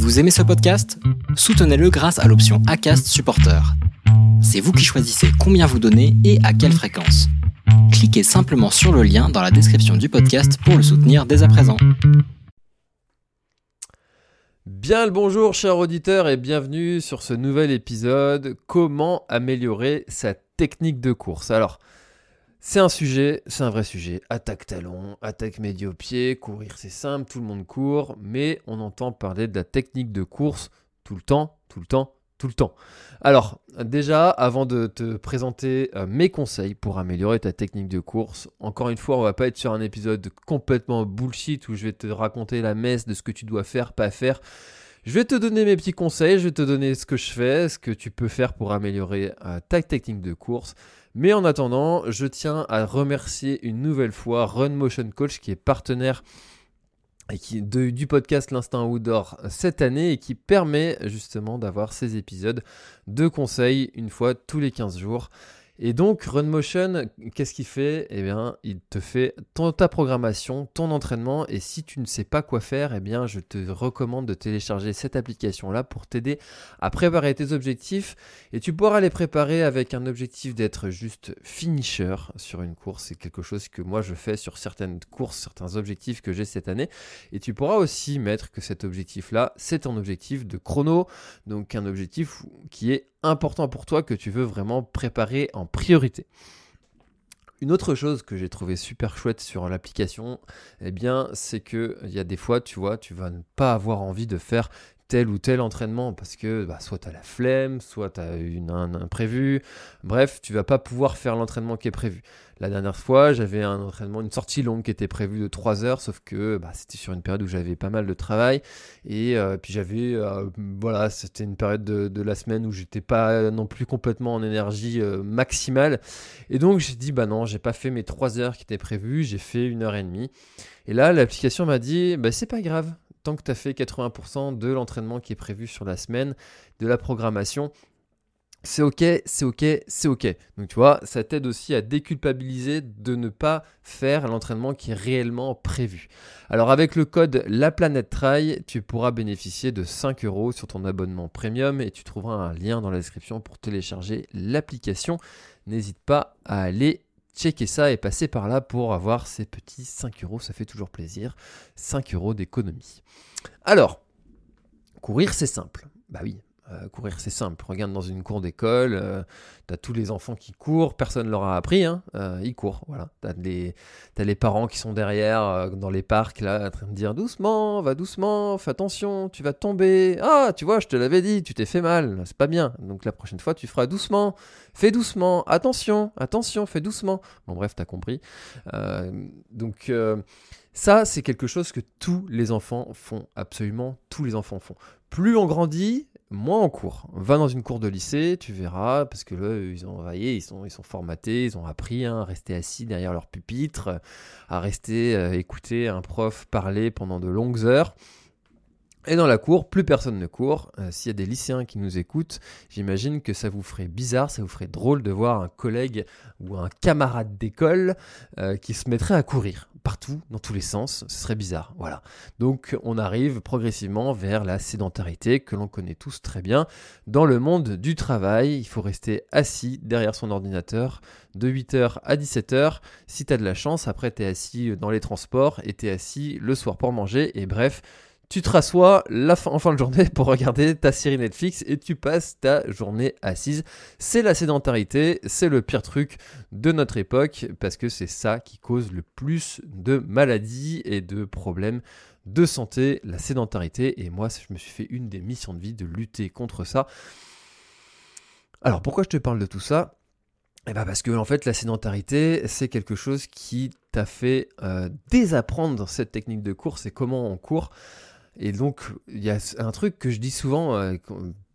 Vous aimez ce podcast ? Soutenez-le grâce à l'option Acast Supporter. C'est vous qui choisissez combien vous donnez et à quelle fréquence. Cliquez simplement sur le lien dans la description du podcast pour le soutenir dès à présent. Bien le bonjour chers auditeurs et bienvenue sur ce nouvel épisode. Comment améliorer sa technique de course ? Alors, c'est un vrai sujet. Attaque talon, attaque médio-pied, courir c'est simple, tout le monde court, mais on entend parler de la technique de course tout le temps. Alors, déjà, avant de te présenter mes conseils pour améliorer ta technique de course, encore une fois, on va pas être sur un épisode complètement bullshit où je vais te raconter la messe de ce que tu dois faire, pas faire. Je vais te donner mes petits conseils, je vais te donner ce que je fais, ce que tu peux faire pour améliorer ta technique de course. Mais en attendant, je tiens à remercier une nouvelle fois Run Motion Coach qui est partenaire du podcast L'Instinct Outdoor cette année et qui permet justement d'avoir ces épisodes de conseils une fois tous les 15 jours. Et donc Run Motion, qu'est-ce qu'il fait ? Eh bien, il te fait ta programmation, ton entraînement, et si tu ne sais pas quoi faire, eh bien, je te recommande de télécharger cette application-là pour t'aider à préparer tes objectifs. Et tu pourras les préparer avec un objectif d'être juste finisher sur une course. C'est quelque chose que moi je fais sur certaines courses, certains objectifs que j'ai cette année. Et tu pourras aussi mettre que cet objectif-là, c'est un objectif de chrono, donc un objectif qui est important pour toi, que tu veux vraiment préparer en priorité. Une autre chose que j'ai trouvé super chouette sur l'application, eh bien, c'est que il y a des fois, tu vois, tu vas ne pas avoir envie de faire tel ou tel entraînement parce que soit tu as la flemme, soit tu as un imprévu. Bref, tu vas pas pouvoir faire l'entraînement qui est prévu. La dernière fois, j'avais un entraînement, une sortie longue qui était prévue de 3 heures, sauf que c'était sur une période où j'avais pas mal de travail et puis j'avais, c'était une période de la semaine où j'étais pas non plus complètement en énergie maximale. Et donc j'ai dit non, j'ai pas fait mes 3 heures qui étaient prévues, j'ai fait 1h30. Et là, l'application m'a dit, c'est pas grave. Tant que tu as fait 80% de l'entraînement qui est prévu sur la semaine, de la programmation, c'est ok. Donc tu vois, ça t'aide aussi à déculpabiliser de ne pas faire l'entraînement qui est réellement prévu. Alors avec le code LaPlanèteTrail, tu pourras bénéficier de 5 € sur ton abonnement premium et tu trouveras un lien dans la description pour télécharger l'application. N'hésite pas à aller checker ça et passer par là pour avoir ces petits 5 €, ça fait toujours plaisir. 5 € d'économie. Alors, courir c'est simple. Oui, courir c'est simple. Regarde dans une cour d'école, t'as tous les enfants qui courent, personne leur a appris, ils courent, voilà. T'as les parents qui sont derrière dans les parcs là, en train de dire doucement, va doucement, fais attention, tu vas tomber. Ah, tu vois, je te l'avais dit, tu t'es fait mal, c'est pas bien. Donc la prochaine fois, tu feras doucement, fais doucement, attention, fais doucement. Bon bref, t'as compris. Ça, c'est quelque chose que tous les enfants font, absolument tous les enfants font. Plus on grandit, moins on court. Va dans une cour de lycée, tu verras, parce que là, ils sont formatés, ils ont appris à rester assis derrière leur pupitre, à rester écouter un prof parler pendant de longues heures. Et dans la cour, plus personne ne court. S'il y a des lycéens qui nous écoutent, j'imagine que ça vous ferait bizarre, ça vous ferait drôle de voir un collègue ou un camarade d'école qui se mettrait à courir partout, dans tous les sens. Ce serait bizarre, voilà. Donc on arrive progressivement vers la sédentarité que l'on connaît tous très bien. Dans le monde du travail, il faut rester assis derrière son ordinateur de 8h à 17h. Si tu as de la chance, après tu es assis dans les transports et tu es assis le soir pour manger. Et bref, tu te rassois en fin de journée pour regarder ta série Netflix et tu passes ta journée assise. C'est la sédentarité, c'est le pire truc de notre époque parce que c'est ça qui cause le plus de maladies et de problèmes de santé, la sédentarité. Et moi, je me suis fait une des missions de vie de lutter contre ça. Alors, pourquoi je te parle de tout ça ? Parce que en fait, la sédentarité, c'est quelque chose qui t'a fait désapprendre cette technique de course et comment on court. Et donc, il y a un truc que je dis souvent,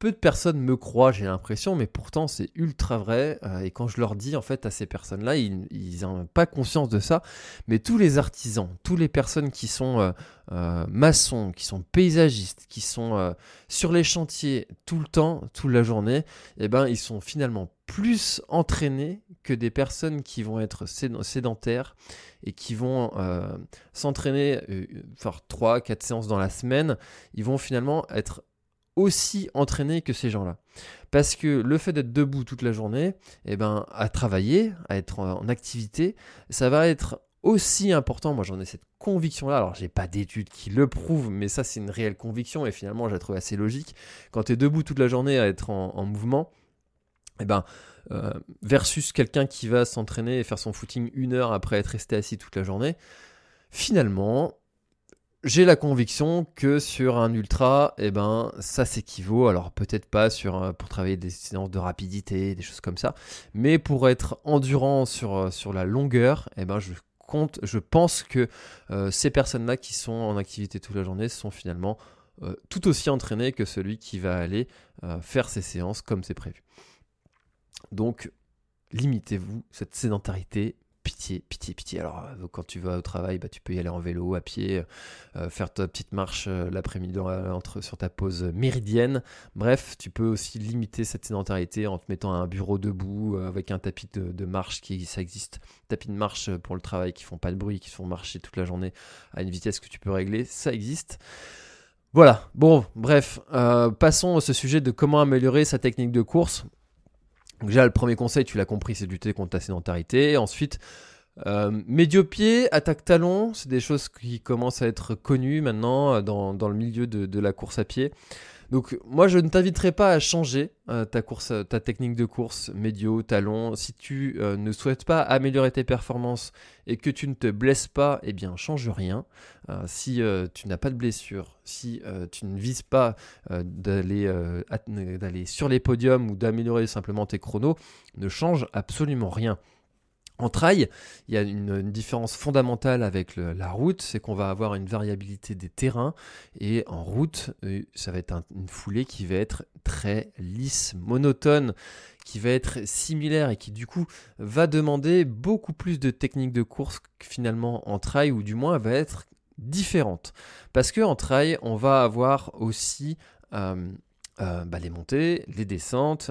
peu de personnes me croient, j'ai l'impression, mais pourtant c'est ultra vrai. Et quand je leur dis en fait à ces personnes-là, ils n'ont pas conscience de ça. Mais tous les artisans, toutes les personnes qui sont maçons, qui sont paysagistes, qui sont sur les chantiers tout le temps, toute la journée, eh ben ils sont finalement plus entraînés que des personnes qui vont être sédentaires et qui vont s'entraîner, faire 3-4 séances dans la semaine. Ils vont finalement être aussi entraînés que ces gens-là. Parce que le fait d'être debout toute la journée, eh ben, à travailler, à être en activité, ça va être aussi important. Moi, j'en ai cette conviction-là. Alors, j'ai pas d'études qui le prouvent, mais ça, c'est une réelle conviction et finalement, je la trouve assez logique. Quand tu es debout toute la journée à être en mouvement, eh ben, versus quelqu'un qui va s'entraîner et faire son footing 1 heure après être resté assis toute la journée, finalement, j'ai la conviction que sur un ultra, eh ben, ça s'équivaut, alors peut-être pas pour travailler des séances de rapidité, des choses comme ça, mais pour être endurant sur la longueur, eh ben, je pense que ces personnes-là qui sont en activité toute la journée sont finalement tout aussi entraînées que celui qui va aller faire ses séances comme c'est prévu. Donc, limitez-vous cette sédentarité. Pitié, pitié, pitié. Alors, quand tu vas au travail, tu peux y aller en vélo, à pied, faire ta petite marche l'après-midi sur ta pause méridienne. Bref, tu peux aussi limiter cette sédentarité en te mettant à un bureau debout avec un tapis de marche ça existe. Tapis de marche pour le travail qui font pas de bruit, qui font marcher toute la journée à une vitesse que tu peux régler, ça existe. Voilà, bon, bref, passons à ce sujet de comment améliorer sa technique de course. Donc déjà, le premier conseil, tu l'as compris, c'est de lutter contre ta sédentarité. Ensuite, médio-pied, attaque-talon, c'est des choses qui commencent à être connues maintenant dans le milieu de la course à pied. Donc moi, je ne t'inviterai pas à changer ta technique de course, médio, talon. Si tu ne souhaites pas améliorer tes performances et que tu ne te blesses pas, eh bien, change rien. Si tu n'as pas de blessure, si tu ne vises pas d'aller sur les podiums ou d'améliorer simplement tes chronos, ne change absolument rien. En trail, il y a une différence fondamentale avec la route, c'est qu'on va avoir une variabilité des terrains et en route, ça va être une foulée qui va être très lisse, monotone, qui va être similaire et qui du coup va demander beaucoup plus de techniques de course que finalement en trail, ou du moins va être différente. Parce qu'en trail, on va avoir aussi les montées, les descentes,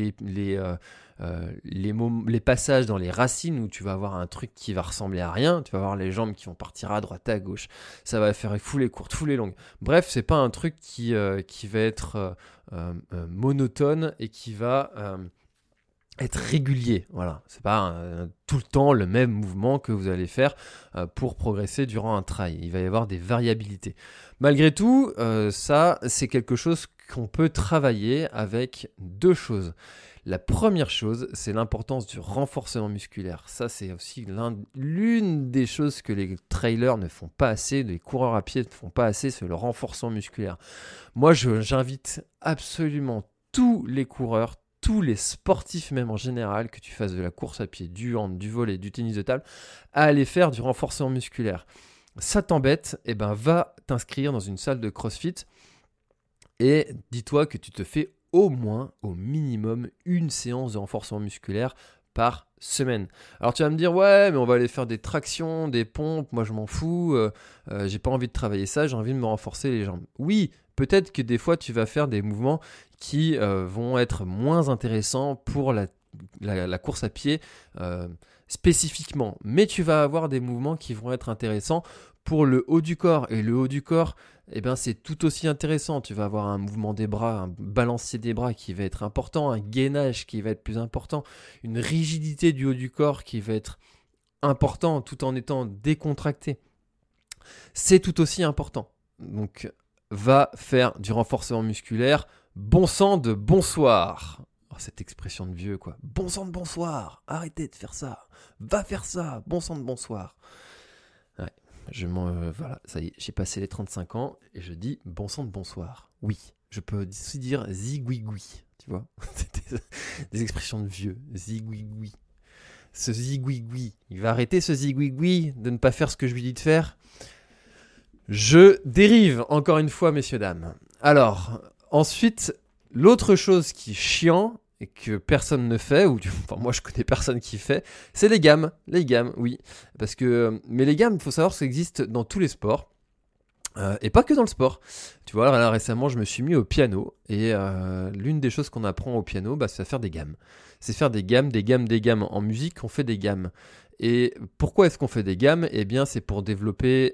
les passages dans les racines où tu vas avoir un truc qui va ressembler à rien, tu vas avoir les jambes qui vont partir à droite, à gauche, ça va faire foulées courtes, foulées longues. Bref, c'est pas un truc qui va être monotone et qui va être régulier. Voilà, c'est pas tout le temps le même mouvement que vous allez faire pour progresser durant un trail. Il va y avoir des variabilités. Malgré tout, ça, c'est quelque chose qu'on peut travailler avec deux choses. La première chose, c'est l'importance du renforcement musculaire. Ça, c'est aussi l'une des choses que les trailers ne font pas assez, les coureurs à pied ne font pas assez, c'est le renforcement musculaire. Moi, j'invite absolument tous les coureurs, tous les sportifs même en général, que tu fasses de la course à pied, du hand, du volley, du tennis de table, à aller faire du renforcement musculaire. Ça t'embête, eh ben va t'inscrire dans une salle de CrossFit et dis-toi que tu te fais au minimum une séance de renforcement musculaire par semaine. Alors tu vas me dire, ouais, mais on va aller faire des tractions, des pompes, moi je m'en fous, j'ai pas envie de travailler ça, j'ai envie de me renforcer les jambes. Oui, peut-être que des fois tu vas faire des mouvements qui vont être moins intéressants pour la course à pied spécifiquement, mais tu vas avoir des mouvements qui vont être intéressants pour le haut du corps, et le haut du corps, eh ben, c'est tout aussi intéressant. Tu vas avoir un mouvement des bras, un balancier des bras qui va être important, un gainage qui va être plus important, une rigidité du haut du corps qui va être important tout en étant décontracté. C'est tout aussi important. Donc, va faire du renforcement musculaire. Bon sang de bonsoir. Oh, cette expression de vieux, quoi. Bon sang de bonsoir. Arrêtez de faire ça. Va faire ça. Bon sang de bonsoir. Ouais. Voilà, ça y est, j'ai passé les 35 ans et je dis bon sang de bonsoir. Oui, je peux aussi dire zigouigoui, tu vois. C'est des expressions de vieux, zigouigoui. Ce zigouigoui, il va arrêter ce zigouigoui de ne pas faire ce que je lui dis de faire. Je dérive, encore une fois, messieurs, dames. Alors, ensuite, L'autre chose qui est chiant et que personne ne fait, moi je connais personne qui fait, c'est les gammes. Les gammes, oui. Mais les gammes, il faut savoir que ça existe dans tous les sports. Et pas que dans le sport. Tu vois, là récemment, je me suis mis au piano. Et l'une des choses qu'on apprend au piano, c'est à faire des gammes. C'est faire des gammes, des gammes, des gammes. En musique, on fait des gammes. Et pourquoi est-ce qu'on fait des gammes ? Eh bien, c'est pour développer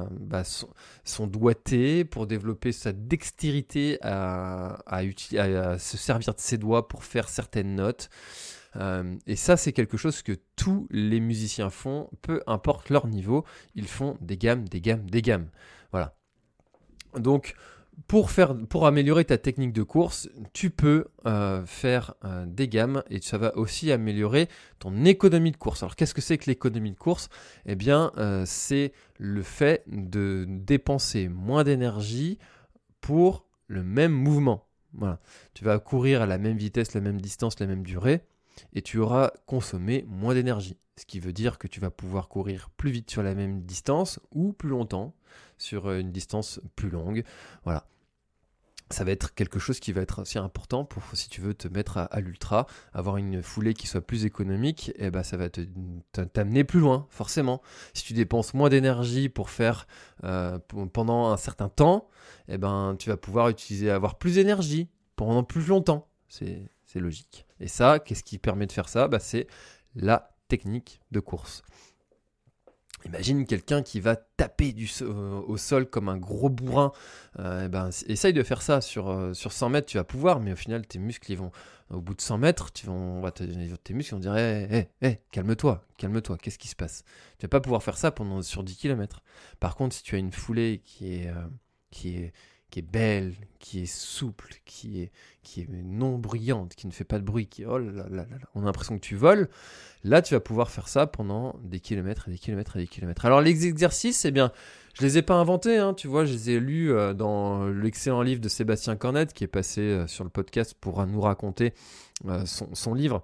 son doigté, pour développer sa dextérité à se servir de ses doigts pour faire certaines notes. Et ça, c'est quelque chose que tous les musiciens font, peu importe leur niveau. Ils font des gammes, des gammes, des gammes. Voilà. Donc, pour améliorer ta technique de course, tu peux faire des gammes et ça va aussi améliorer ton économie de course. Alors, qu'est-ce que c'est que l'économie de course ? Eh bien, c'est le fait de dépenser moins d'énergie pour le même mouvement. Voilà. Tu vas courir à la même vitesse, la même distance, la même durée et tu auras consommé moins d'énergie. Ce qui veut dire que tu vas pouvoir courir plus vite sur la même distance ou plus longtemps sur une distance plus longue. Voilà. Ça va être quelque chose qui va être aussi important pour si tu veux te mettre à l'ultra, avoir une foulée qui soit plus économique, et ça va t'amener plus loin, forcément. Si tu dépenses moins d'énergie pour faire pendant un certain temps, tu vas pouvoir avoir plus d'énergie pendant plus longtemps. C'est logique. Et ça, qu'est-ce qui permet de faire ça ? C'est la technique de course. Imagine quelqu'un qui va taper au sol comme un gros bourrin. Essaye de faire ça sur 100 mètres, tu vas pouvoir, mais au final, tes muscles, ils vont, au bout de 100 mètres, tes muscles vont dire hey, calme-toi, qu'est-ce qui se passe ? Tu vas pas pouvoir faire ça sur 10 km. Par contre, si tu as une foulée qui est belle, qui est souple, qui est non bruyante, qui ne fait pas de bruit, on a l'impression que tu voles, là tu vas pouvoir faire ça pendant des kilomètres et des kilomètres et des kilomètres. Alors les exercices, je les ai pas inventés, tu vois, je les ai lus dans l'excellent livre de Sébastien Cornette qui est passé sur le podcast pour nous raconter son livre.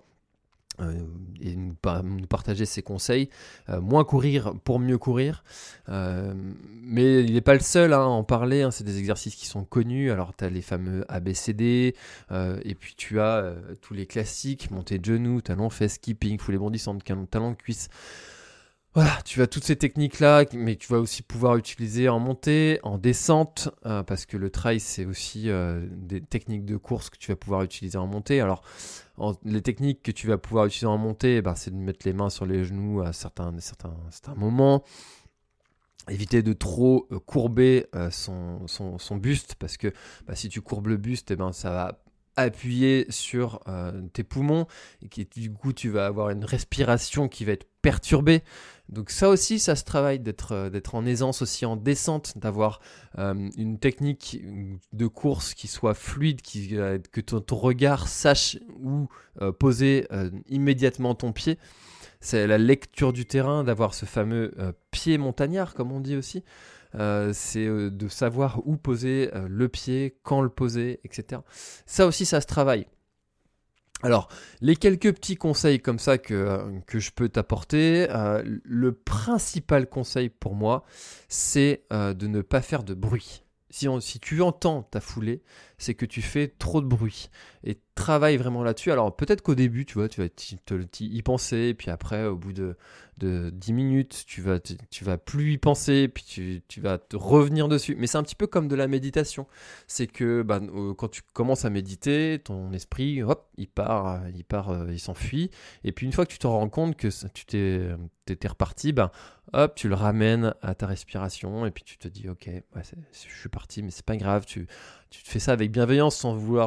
Et nous partager ses conseils, moins courir pour mieux courir, mais il n'est pas le seul à en parler, c'est des exercices qui sont connus. Alors tu as les fameux ABCD, et puis tu as tous les classiques, montée de genoux, talon, fesse, skipping, foulée bondissante, talon de cuisse. Voilà, tu as toutes ces techniques-là, mais tu vas aussi pouvoir utiliser en montée, en descente, parce que le trail, c'est aussi des techniques de course que tu vas pouvoir utiliser en montée. Alors, les techniques que tu vas pouvoir utiliser en montée, c'est de mettre les mains sur les genoux à certains moments. Éviter de trop courber son buste, parce que si tu courbes le buste, ça va appuyer sur tes poumons, et du coup, tu vas avoir une respiration qui va être perturbée. Donc ça aussi, ça se travaille d'être en aisance aussi en descente, d'avoir une technique de course qui soit fluide, que ton regard sache où poser immédiatement ton pied. C'est la lecture du terrain, d'avoir ce fameux pied montagnard, comme on dit aussi. C'est de savoir où poser le pied, quand le poser, etc. Ça aussi, ça se travaille. Alors, les quelques petits conseils comme ça que je peux t'apporter, le principal conseil pour moi, c'est de ne pas faire de bruit. Si tu entends ta foulée, c'est que tu fais trop de bruit. Et travaille vraiment là-dessus. Alors peut-être qu'au début, tu vas y penser, et puis après, au bout de 10 minutes, tu vas plus y penser, puis tu vas te revenir dessus. Mais c'est un petit peu comme de la méditation. C'est que quand tu commences à méditer, ton esprit, hop, il s'enfuit. Et puis une fois que tu te rends compte que t'es reparti, hop, tu le ramènes à ta respiration, et puis tu te dis, ok, je suis parti, mais c'est pas grave, tu te fais ça avec bienveillance, sans vouloir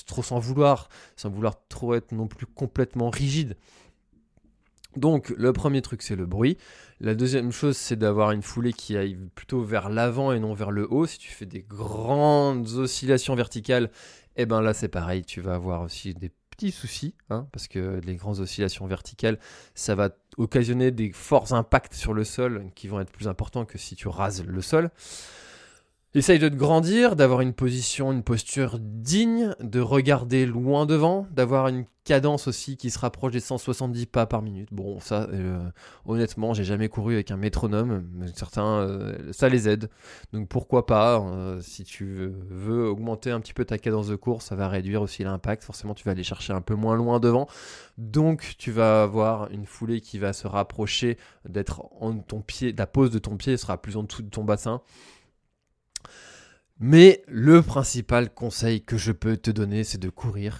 trop être non plus complètement rigide. Donc le premier truc, c'est le bruit. La deuxième chose, c'est d'avoir une foulée qui aille plutôt vers l'avant et non vers le haut. Si tu fais des grandes oscillations verticales, là c'est pareil, tu vas avoir aussi des petits soucis, parce que les grandes oscillations verticales, ça va occasionner des forts impacts sur le sol qui vont être plus importants que si tu rases le sol. Essaye de te grandir, d'avoir une posture digne, de regarder loin devant, d'avoir une cadence aussi qui se rapproche des 170 pas par minute. Bon, ça, honnêtement, j'ai jamais couru avec un métronome, mais certains, ça les aide. Donc pourquoi pas, si tu veux augmenter un petit peu ta cadence de course, ça va réduire aussi l'impact. Forcément, tu vas aller chercher un peu moins loin devant. Donc, tu vas avoir une foulée qui va se rapprocher d'être en ton pied, la pose de ton pied sera plus en dessous de ton bassin. Mais le principal conseil que je peux te donner, c'est de courir,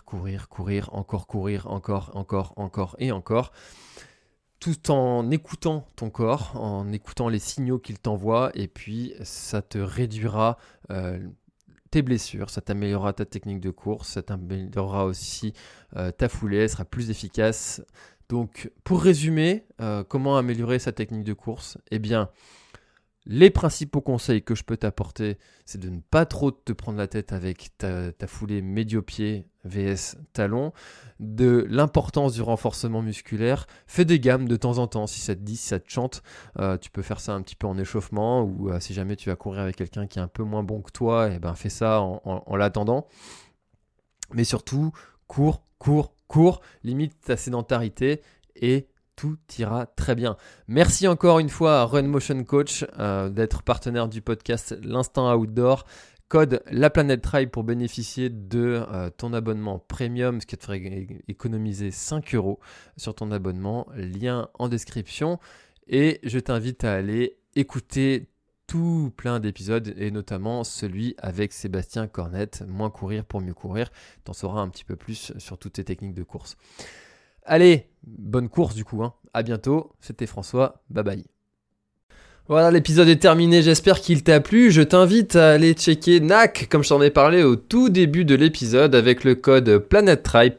encore et encore, tout en écoutant ton corps, en écoutant les signaux qu'il t'envoie, et puis ça te réduira tes blessures, ça t'améliorera ta technique de course, ça t'améliorera aussi ta foulée, elle sera plus efficace. Donc, pour résumer, comment améliorer sa technique de course ? Eh bien, les principaux conseils que je peux t'apporter, c'est de ne pas trop te prendre la tête avec ta foulée médio-pied vs talon, de l'importance du renforcement musculaire. Fais des gammes de temps en temps, si ça te dit, si ça te chante. Tu peux faire ça un petit peu en échauffement, ou si jamais tu vas courir avec quelqu'un qui est un peu moins bon que toi, eh ben, fais ça en l'attendant. Mais surtout, cours, limite ta sédentarité et tout ira très bien. Merci encore une fois à Run Motion Coach d'être partenaire du podcast L'Instant Outdoor. Code La Planète Trail pour bénéficier de ton abonnement premium, ce qui te ferait économiser 5 € sur ton abonnement. Lien en description. Et je t'invite à aller écouter tout plein d'épisodes, et notamment celui avec Sébastien Cornette, Moins courir pour mieux courir. T'en sauras un petit peu plus sur toutes tes techniques de course. Allez, bonne course du coup, hein. À bientôt, c'était François, bye bye. Voilà, l'épisode est terminé, j'espère qu'il t'a plu. Je t'invite à aller checker NAC, comme je t'en ai parlé au tout début de l'épisode, avec le code PlanetTrail,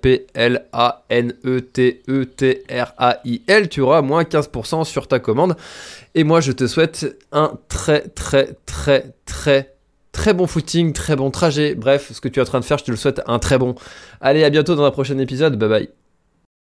PLANETETRAIL. Tu auras moins 15% sur ta commande. Et moi, je te souhaite un très bon footing, très bon trajet. Bref, ce que tu es en train de faire, je te le souhaite un très bon. Allez, à bientôt dans un prochain épisode. Bye bye.